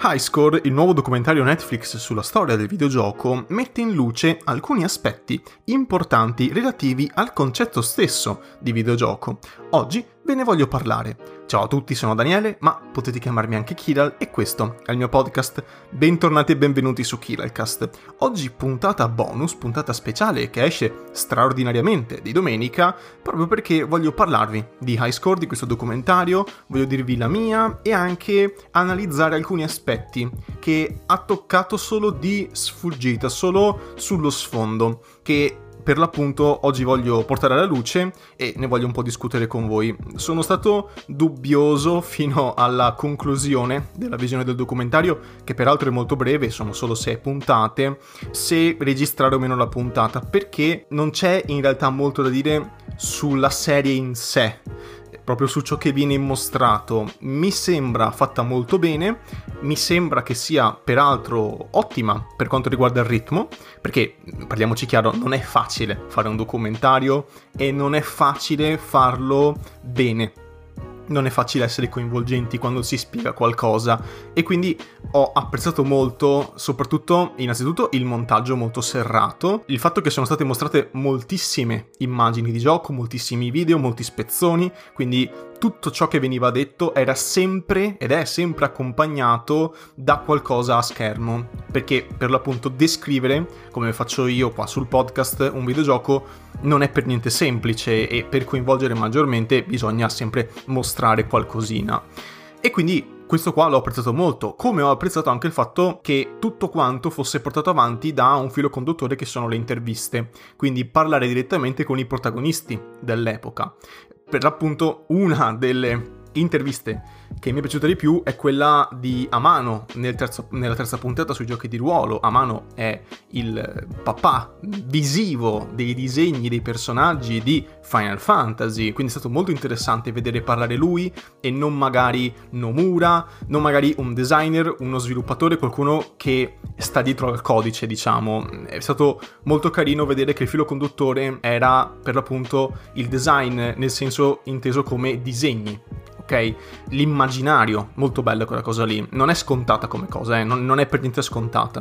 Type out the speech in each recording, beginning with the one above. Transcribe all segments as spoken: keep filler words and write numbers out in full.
High Score, il nuovo documentario Netflix sulla storia del videogioco, mette in luce alcuni aspetti importanti relativi al concetto stesso di videogioco. Oggi ve ne voglio parlare. Ciao a tutti, sono Daniele, ma potete chiamarmi anche Kiral e questo è il mio podcast. Bentornati e benvenuti su Kiralcast. Oggi puntata bonus, puntata speciale che esce straordinariamente di domenica, proprio perché voglio parlarvi di High Score, di questo documentario, voglio dirvi la mia e anche analizzare alcuni aspetti che ha toccato solo di sfuggita, solo sullo sfondo, che per l'appunto oggi voglio portare alla luce e ne voglio un po' discutere con voi. Sono stato dubbioso fino alla conclusione della visione del documentario, che peraltro è molto breve, sono solo sei puntate, se registrare o meno la puntata, perché non c'è in realtà molto da dire sulla serie in sé, proprio su ciò che viene mostrato. Mi sembra fatta molto bene, mi sembra che sia peraltro ottima per quanto riguarda il ritmo, perché parliamoci chiaro, non è facile fare un documentario e non è facile farlo bene. Non è facile essere coinvolgenti quando si spiega qualcosa e quindi ho apprezzato molto, soprattutto, innanzitutto, il montaggio molto serrato, il fatto che sono state mostrate moltissime immagini di gioco, moltissimi video, molti spezzoni, quindi tutto ciò che veniva detto era sempre ed è sempre accompagnato da qualcosa a schermo, perché per l'appunto descrivere, come faccio io qua sul podcast, un videogioco non è per niente semplice e per coinvolgere maggiormente bisogna sempre mostrare qualcosina. E quindi questo qua l'ho apprezzato molto, come ho apprezzato anche il fatto che tutto quanto fosse portato avanti da un filo conduttore che sono le interviste, quindi parlare direttamente con i protagonisti dell'epoca. Per l'appunto una delle interviste che mi è piaciuta di più è quella di Amano nel terzo, nella terza puntata sui giochi di ruolo. Amano è il papà visivo dei disegni dei personaggi di Final Fantasy, quindi è stato molto interessante vedere parlare lui e non magari Nomura, non magari un designer, uno sviluppatore, qualcuno che sta dietro al codice, diciamo. È stato molto carino vedere che il filo conduttore era per l'appunto il design, nel senso inteso come disegni. Ok, l'immaginario, molto bella quella cosa lì, non è scontata come cosa, eh? non, non è per niente scontata.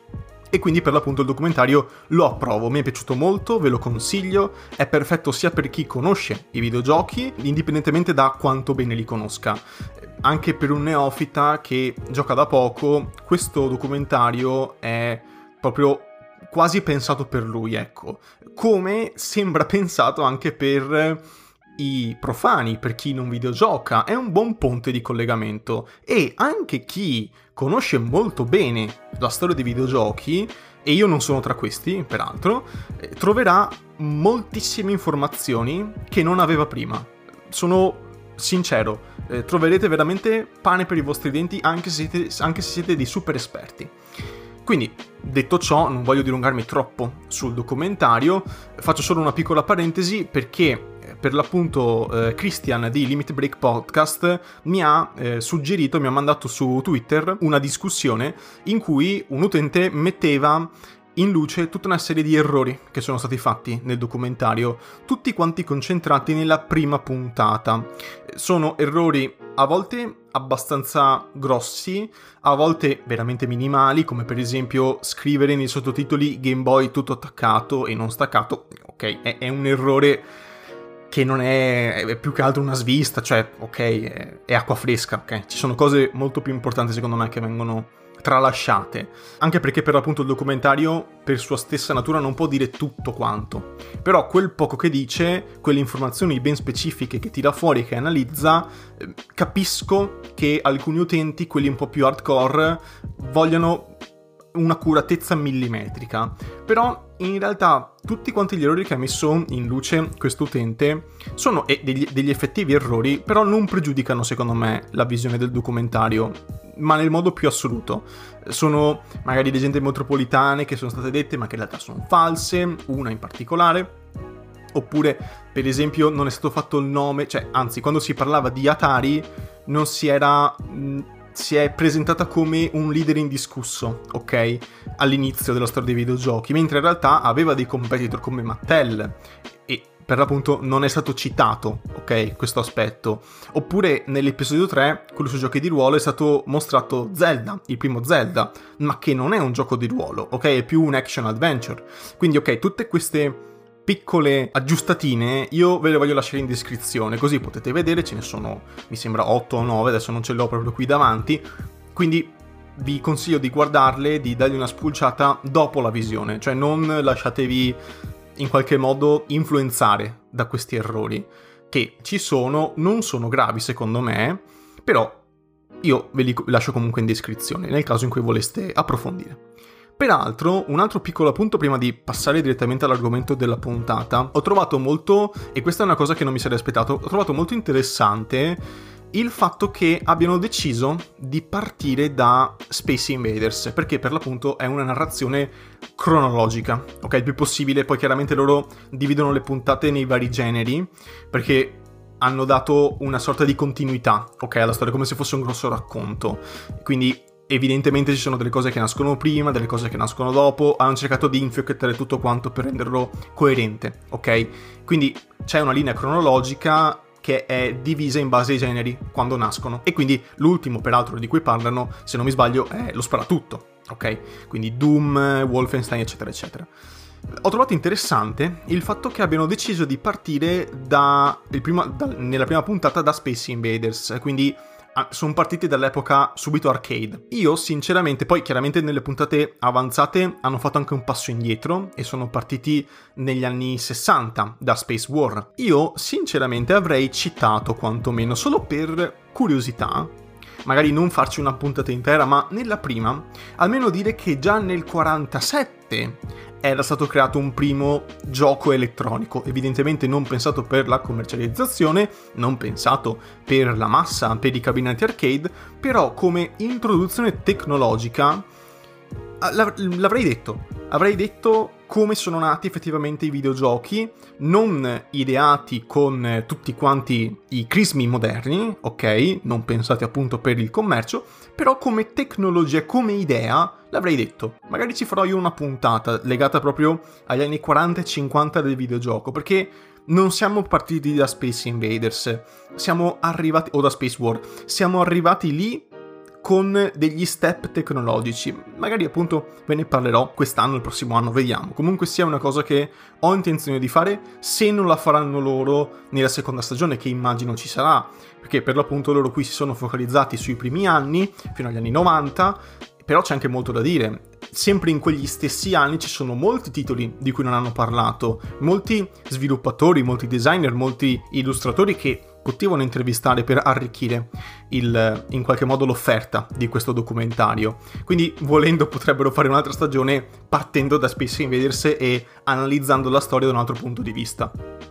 E quindi per l'appunto il documentario lo approvo, mi è piaciuto molto, ve lo consiglio, è perfetto sia per chi conosce i videogiochi, indipendentemente da quanto bene li conosca. Anche per un neofita che gioca da poco, questo documentario è proprio quasi pensato per lui, ecco. Come sembra pensato anche per i profani, per chi non videogioca, è un buon ponte di collegamento. E anche chi conosce molto bene la storia dei videogiochi, e io non sono tra questi, peraltro, troverà moltissime informazioni che non aveva prima. Sono sincero, eh, troverete veramente pane per i vostri denti anche se siete, anche se siete dei super esperti. Quindi, detto ciò, non voglio dilungarmi troppo sul documentario, faccio solo una piccola parentesi perché per l'appunto eh, Christian di Limit Break Podcast mi ha eh, suggerito, mi ha mandato su Twitter una discussione in cui un utente metteva in luce tutta una serie di errori che sono stati fatti nel documentario, tutti quanti concentrati nella prima puntata. Sono errori a volte abbastanza grossi, a volte veramente minimali, come per esempio scrivere nei sottotitoli Game Boy tutto attaccato e non staccato. Ok, è, è un errore che non è, è più che altro una svista, cioè ok, è, è acqua fresca, ok? Ci sono cose molto più importanti secondo me che vengono tralasciate, anche perché per l'appunto il documentario per sua stessa natura non può dire tutto quanto, però quel poco che dice, quelle informazioni ben specifiche che tira fuori e che analizza, eh, capisco che alcuni utenti, quelli un po' più hardcore, vogliano un'accuratezza millimetrica, però in realtà tutti quanti gli errori che ha messo in luce questo utente sono eh, degli, degli effettivi errori, però non pregiudicano secondo me la visione del documentario, ma nel modo più assoluto. Sono magari leggende metropolitane che sono state dette ma che in realtà sono false, una in particolare, oppure per esempio non è stato fatto il nome, cioè anzi quando si parlava di Atari non si era... Mh, si è presentata come un leader indiscusso, ok? All'inizio della storia dei videogiochi, mentre in realtà aveva dei competitor come Mattel e per l'appunto non è stato citato, ok, questo aspetto. Oppure nell'episodio tre, quello sui giochi di ruolo, è stato mostrato Zelda, il primo Zelda, ma che non è un gioco di ruolo, ok, è più un action adventure. Quindi ok, tutte queste piccole aggiustatine io ve le voglio lasciare in descrizione, così potete vedere, ce ne sono mi sembra otto o nove, adesso non ce l'ho proprio qui davanti, quindi vi consiglio di guardarle, di dargli una spulciata dopo la visione, cioè non lasciatevi in qualche modo influenzare da questi errori, che ci sono, non sono gravi secondo me, però io ve li lascio comunque in descrizione nel caso in cui voleste approfondire. Peraltro, un altro piccolo appunto prima di passare direttamente all'argomento della puntata, ho trovato molto, e questa è una cosa che non mi sarei aspettato, ho trovato molto interessante il fatto che abbiano deciso di partire da Space Invaders, perché per l'appunto è una narrazione cronologica, ok, il più possibile. Poi chiaramente loro dividono le puntate nei vari generi, perché hanno dato una sorta di continuità, ok, alla storia, come se fosse un grosso racconto, quindi evidentemente ci sono delle cose che nascono prima, delle cose che nascono dopo, hanno cercato di infiocchettare tutto quanto per renderlo coerente, ok? Quindi c'è una linea cronologica che è divisa in base ai generi quando nascono, e quindi l'ultimo peraltro di cui parlano, se non mi sbaglio, è lo sparatutto, ok? Quindi Doom, Wolfenstein eccetera eccetera. Ho trovato interessante il fatto che abbiano deciso di partire da, il prima, da nella prima puntata da Space Invaders, quindi sono partiti dall'epoca subito arcade. Io sinceramente, poi chiaramente nelle puntate avanzate hanno fatto anche un passo indietro e sono partiti negli anni sessanta da Space War. Io sinceramente avrei citato, quantomeno solo per curiosità, magari non farci una puntata intera, ma nella prima almeno dire che già nel quarantasette era stato creato un primo gioco elettronico, evidentemente non pensato per la commercializzazione, non pensato per la massa, per i cabinetti arcade, però come introduzione tecnologica l'avrei detto, avrei detto come sono nati effettivamente i videogiochi, non ideati con tutti quanti i crismi moderni, ok, non pensati appunto per il commercio, però come tecnologia, come idea, l'avrei detto. Magari ci farò io una puntata legata proprio agli anni quaranta e cinquanta del videogioco, perché non siamo partiti da Space Invaders, siamo arrivati, o da Space War, siamo arrivati lì con degli step tecnologici. Magari appunto ve ne parlerò quest'anno, il prossimo anno, vediamo. Comunque sia una cosa che ho intenzione di fare, se non la faranno loro nella seconda stagione, che immagino ci sarà, perché per l'appunto loro qui si sono focalizzati sui primi anni, fino agli anni novanta, però c'è anche molto da dire. Sempre in quegli stessi anni ci sono molti titoli di cui non hanno parlato, molti sviluppatori, molti designer, molti illustratori che potevano intervistare per arricchire il, in qualche modo l'offerta di questo documentario. Quindi volendo potrebbero fare un'altra stagione partendo da Space Invaders e analizzando la storia da un altro punto di vista.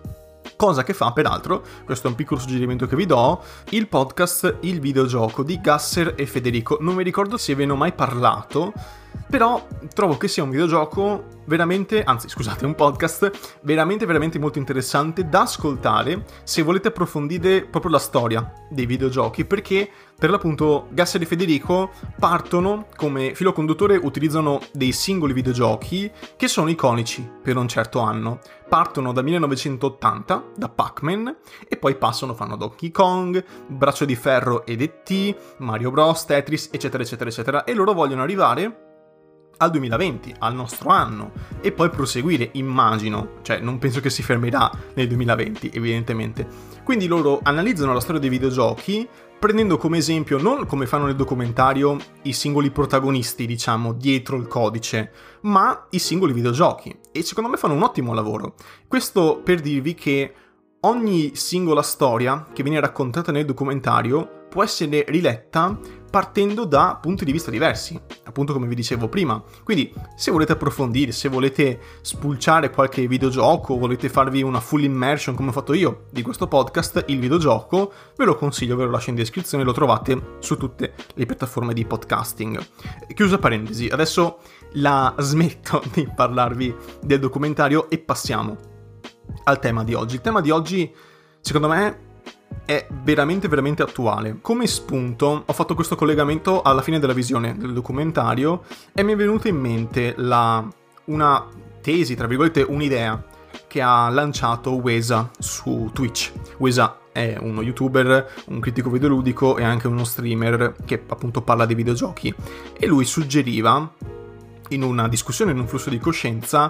Cosa che fa, peraltro, questo è un piccolo suggerimento che vi do, il podcast Il Videogioco di Gasser e Federico. Non mi ricordo se ve ne ho mai parlato, però trovo che sia un videogioco veramente, anzi scusate, un podcast veramente veramente molto interessante da ascoltare se volete approfondire proprio la storia dei videogiochi, perché per l'appunto Gasser e Federico partono come filo conduttore, utilizzano dei singoli videogiochi che sono iconici per un certo anno. Partono dal millenovecentottanta, da Pac-Man, e poi passano, fanno Donkey Kong, Braccio di Ferro ed E T, Mario Bros, Tetris, eccetera eccetera eccetera, e loro vogliono arrivare al duemilaventi, al nostro anno, e poi proseguire, immagino, cioè non penso che si fermerà nel duemilaventi, evidentemente. Quindi loro analizzano la storia dei videogiochi, prendendo come esempio, non come fanno nel documentario, i singoli protagonisti, diciamo, dietro il codice, ma i singoli videogiochi, e secondo me fanno un ottimo lavoro. Questo per dirvi che ogni singola storia che viene raccontata nel documentario può essere riletta partendo da punti di vista diversi, appunto come vi dicevo prima. Quindi se volete approfondire, se volete spulciare qualche videogioco, volete farvi una full immersion come ho fatto io di questo podcast, Il Videogioco, ve lo consiglio, ve lo lascio in descrizione, lo trovate su tutte le piattaforme di podcasting. Chiusa parentesi, adesso la smetto di parlarvi del documentario e passiamo al tema di oggi. Il tema di oggi, secondo me, è veramente veramente attuale. Come spunto ho fatto questo collegamento alla fine della visione del documentario e mi è venuta in mente la, una tesi, tra virgolette, un'idea che ha lanciato Wesa su Twitch. Wesa è uno youtuber, un critico videoludico e anche uno streamer che appunto parla di videogiochi, e lui suggeriva in una discussione, in un flusso di coscienza,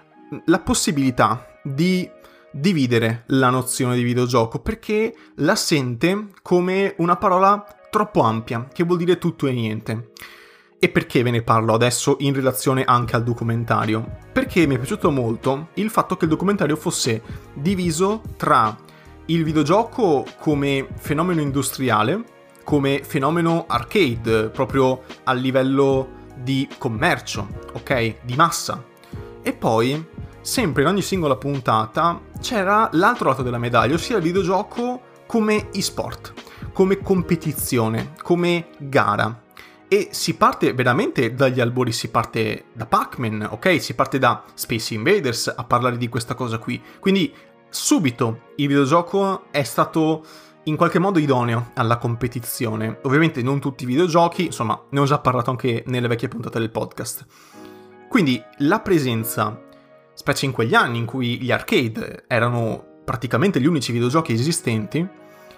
la possibilità di dividere la nozione di videogioco, perché la sente come una parola troppo ampia, che vuol dire tutto e niente. E perché ve ne parlo adesso in relazione anche al documentario? Perché mi è piaciuto molto il fatto che il documentario fosse diviso tra il videogioco come fenomeno industriale, come fenomeno arcade, proprio a livello di commercio, ok? Di massa. E poi, sempre in ogni singola puntata, c'era l'altro lato della medaglia, ossia il videogioco come e-sport, come competizione, come gara. E si parte veramente dagli albori, si parte da Pac-Man, ok? Si parte da Space Invaders a parlare di questa cosa qui. Quindi subito il videogioco è stato in qualche modo idoneo alla competizione. Ovviamente non tutti i videogiochi, insomma, ne ho già parlato anche nelle vecchie puntate del podcast. Quindi la presenza, specie in quegli anni in cui gli arcade erano praticamente gli unici videogiochi esistenti,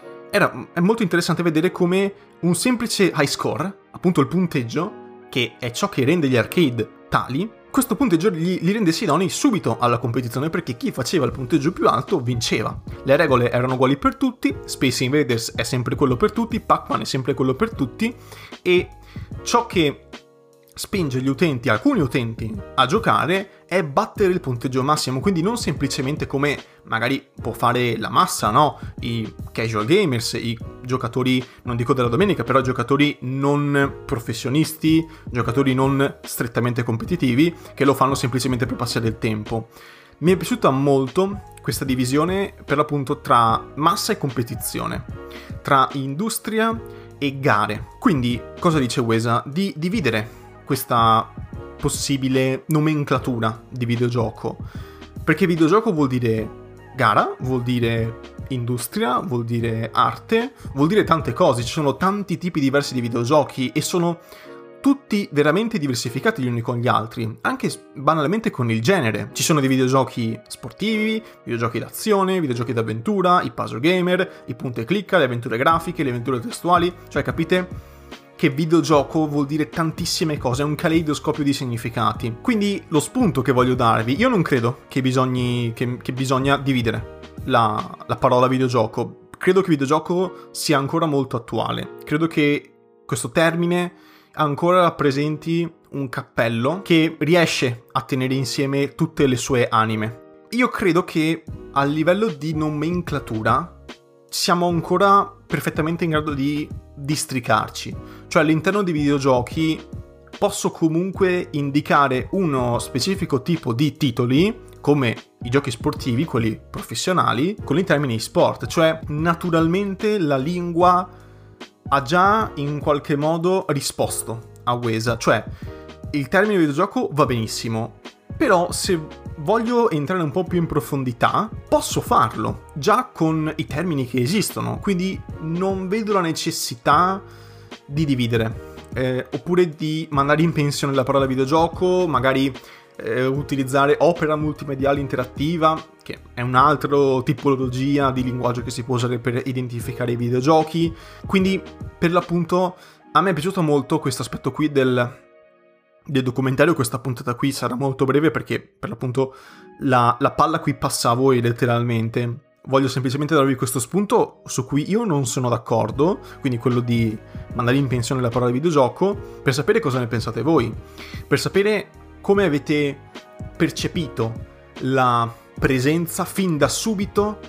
era, è molto interessante vedere come un semplice high score, appunto il punteggio, che è ciò che rende gli arcade tali, questo punteggio li, li rendesse idonei subito alla competizione, perché chi faceva il punteggio più alto vinceva. Le regole erano uguali per tutti, Space Invaders è sempre quello per tutti, Pac-Man è sempre quello per tutti, e ciò che spinge gli utenti, alcuni utenti, a giocare è battere il punteggio massimo, quindi non semplicemente come magari può fare la massa, no? I casual gamers, i giocatori, non dico della domenica, però giocatori non professionisti, giocatori non strettamente competitivi, che lo fanno semplicemente per passare il tempo. Mi è piaciuta molto questa divisione per l'appunto tra massa e competizione, tra industria e gare. Quindi, cosa dice Wesa? Di dividere questa possibile nomenclatura di videogioco, perché videogioco vuol dire gara, vuol dire industria, vuol dire arte, vuol dire tante cose. Ci sono tanti tipi diversi di videogiochi e sono tutti veramente diversificati gli uni con gli altri, anche banalmente con il genere. Ci sono dei videogiochi sportivi, videogiochi d'azione, videogiochi d'avventura, i puzzle gamer, i punta e clicca, le avventure grafiche, le avventure testuali, cioè capite che videogioco vuol dire tantissime cose, è un caleidoscopio di significati. Quindi lo spunto che voglio darvi, io non credo che bisogni che, che bisogna dividere la, la parola videogioco. Credo che videogioco sia ancora molto attuale. Credo che questo termine ancora rappresenti un cappello che riesce a tenere insieme tutte le sue anime. Io credo che a livello di nomenclatura siamo ancora perfettamente in grado di districarci, cioè all'interno dei videogiochi posso comunque indicare uno specifico tipo di titoli, come i giochi sportivi, quelli professionali, con i termini sport, cioè naturalmente la lingua ha già in qualche modo risposto a Wesa, cioè il termine videogioco va benissimo, però se voglio entrare un po' più in profondità, posso farlo, già con i termini che esistono, quindi non vedo la necessità di dividere, eh, oppure di mandare in pensione la parola videogioco, magari eh, utilizzare opera multimediale interattiva, che è un'altra tipologia di linguaggio che si può usare per identificare i videogiochi. Quindi, per l'appunto, a me è piaciuto molto questo aspetto qui del... del documentario. Questa puntata qui sarà molto breve perché per l'appunto la, la palla qui passa a voi letteralmente. Voglio semplicemente darvi questo spunto su cui io non sono d'accordo, quindi quello di mandare in pensione la parola videogioco, per sapere cosa ne pensate voi, per sapere come avete percepito la presenza fin da subito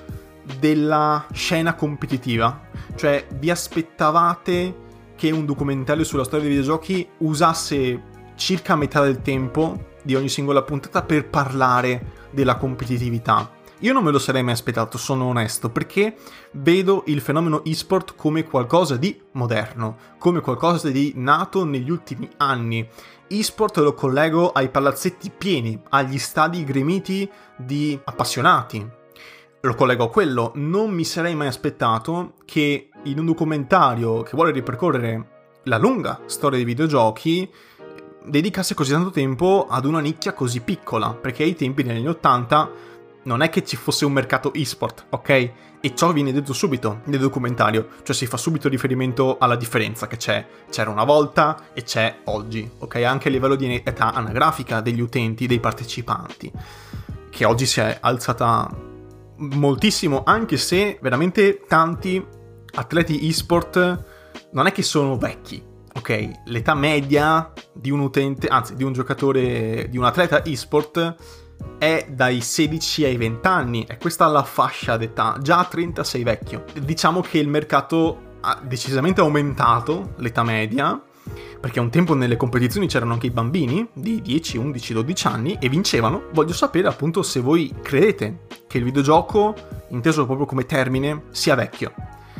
della scena competitiva. Cioè, vi aspettavate che un documentario sulla storia dei videogiochi usasse circa metà del tempo di ogni singola puntata per parlare della competitività? Io non me lo sarei mai aspettato, sono onesto, perché vedo il fenomeno e-sport come qualcosa di moderno, come qualcosa di nato negli ultimi anni. E-sport lo collego ai palazzetti pieni, agli stadi gremiti di appassionati. Lo collego a quello. Non mi sarei mai aspettato che in un documentario che vuole ripercorrere la lunga storia dei videogiochi dedicasse così tanto tempo ad una nicchia così piccola, perché ai tempi negli anni ottanta non è che ci fosse un mercato e-sport, ok? E ciò viene detto subito nel documentario, cioè si fa subito riferimento alla differenza che c'è, c'era una volta e c'è oggi, ok? Anche a livello di età anagrafica degli utenti, dei partecipanti, che oggi si è alzata moltissimo, anche se veramente tanti atleti e-sport non è che sono vecchi, ok? L'età media di un utente, anzi di un giocatore, di un atleta e-sport è dai sedici ai venti anni, è questa la fascia d'età, già a trenta sei vecchio. Diciamo che il mercato ha decisamente aumentato l'età media, perché un tempo nelle competizioni c'erano anche i bambini di dieci, undici, dodici anni e vincevano. Voglio sapere appunto se voi credete che il videogioco, inteso proprio come termine, sia vecchio.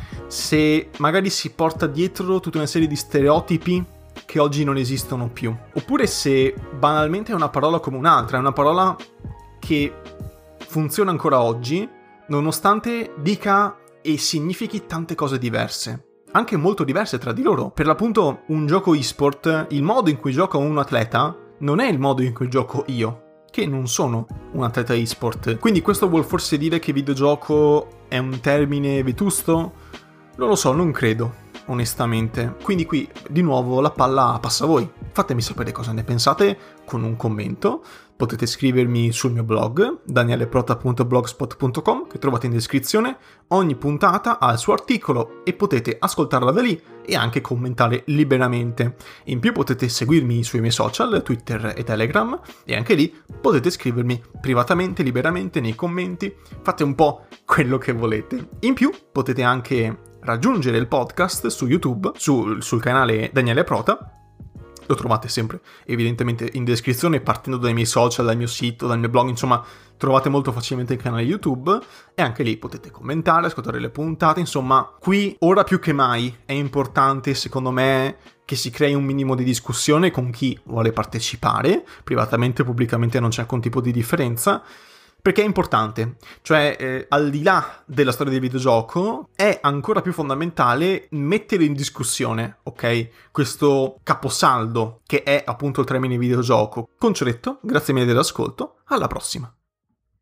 Se magari si porta dietro tutta una serie di stereotipi che oggi non esistono più. Oppure se banalmente è una parola come un'altra, è una parola che funziona ancora oggi, nonostante dica e significhi tante cose diverse, anche molto diverse tra di loro. Per l'appunto un gioco e-sport, il modo in cui gioca un atleta non è il modo in cui gioco io, che non sono un atleta e-sport. Quindi questo vuol forse dire che videogioco è un termine vetusto? Non lo so, non credo, onestamente. Quindi qui, di nuovo, la palla passa a voi. Fatemi sapere cosa ne pensate con un commento. Potete scrivermi sul mio blog, danieleprota punto blogspot punto com, che trovate in descrizione. Ogni puntata ha il suo articolo e potete ascoltarla da lì e anche commentare liberamente. In più potete seguirmi sui miei social, Twitter e Telegram, e anche lì potete scrivermi privatamente, liberamente, nei commenti. Fate un po' quello che volete. In più potete anche raggiungere il podcast su YouTube, sul, sul canale Daniele Prota. Lo trovate sempre evidentemente in descrizione, partendo dai miei social, dal mio sito, dal mio blog, insomma trovate molto facilmente il canale YouTube e anche lì potete commentare, ascoltare le puntate, insomma qui ora più che mai è importante secondo me che si crei un minimo di discussione con chi vuole partecipare, privatamente o pubblicamente non c'è alcun tipo di differenza, perché è importante, cioè eh, al di là della storia del videogioco è ancora più fondamentale mettere in discussione, ok, questo caposaldo che è appunto il termine videogioco. Concetto, grazie mille dell'ascolto, alla prossima!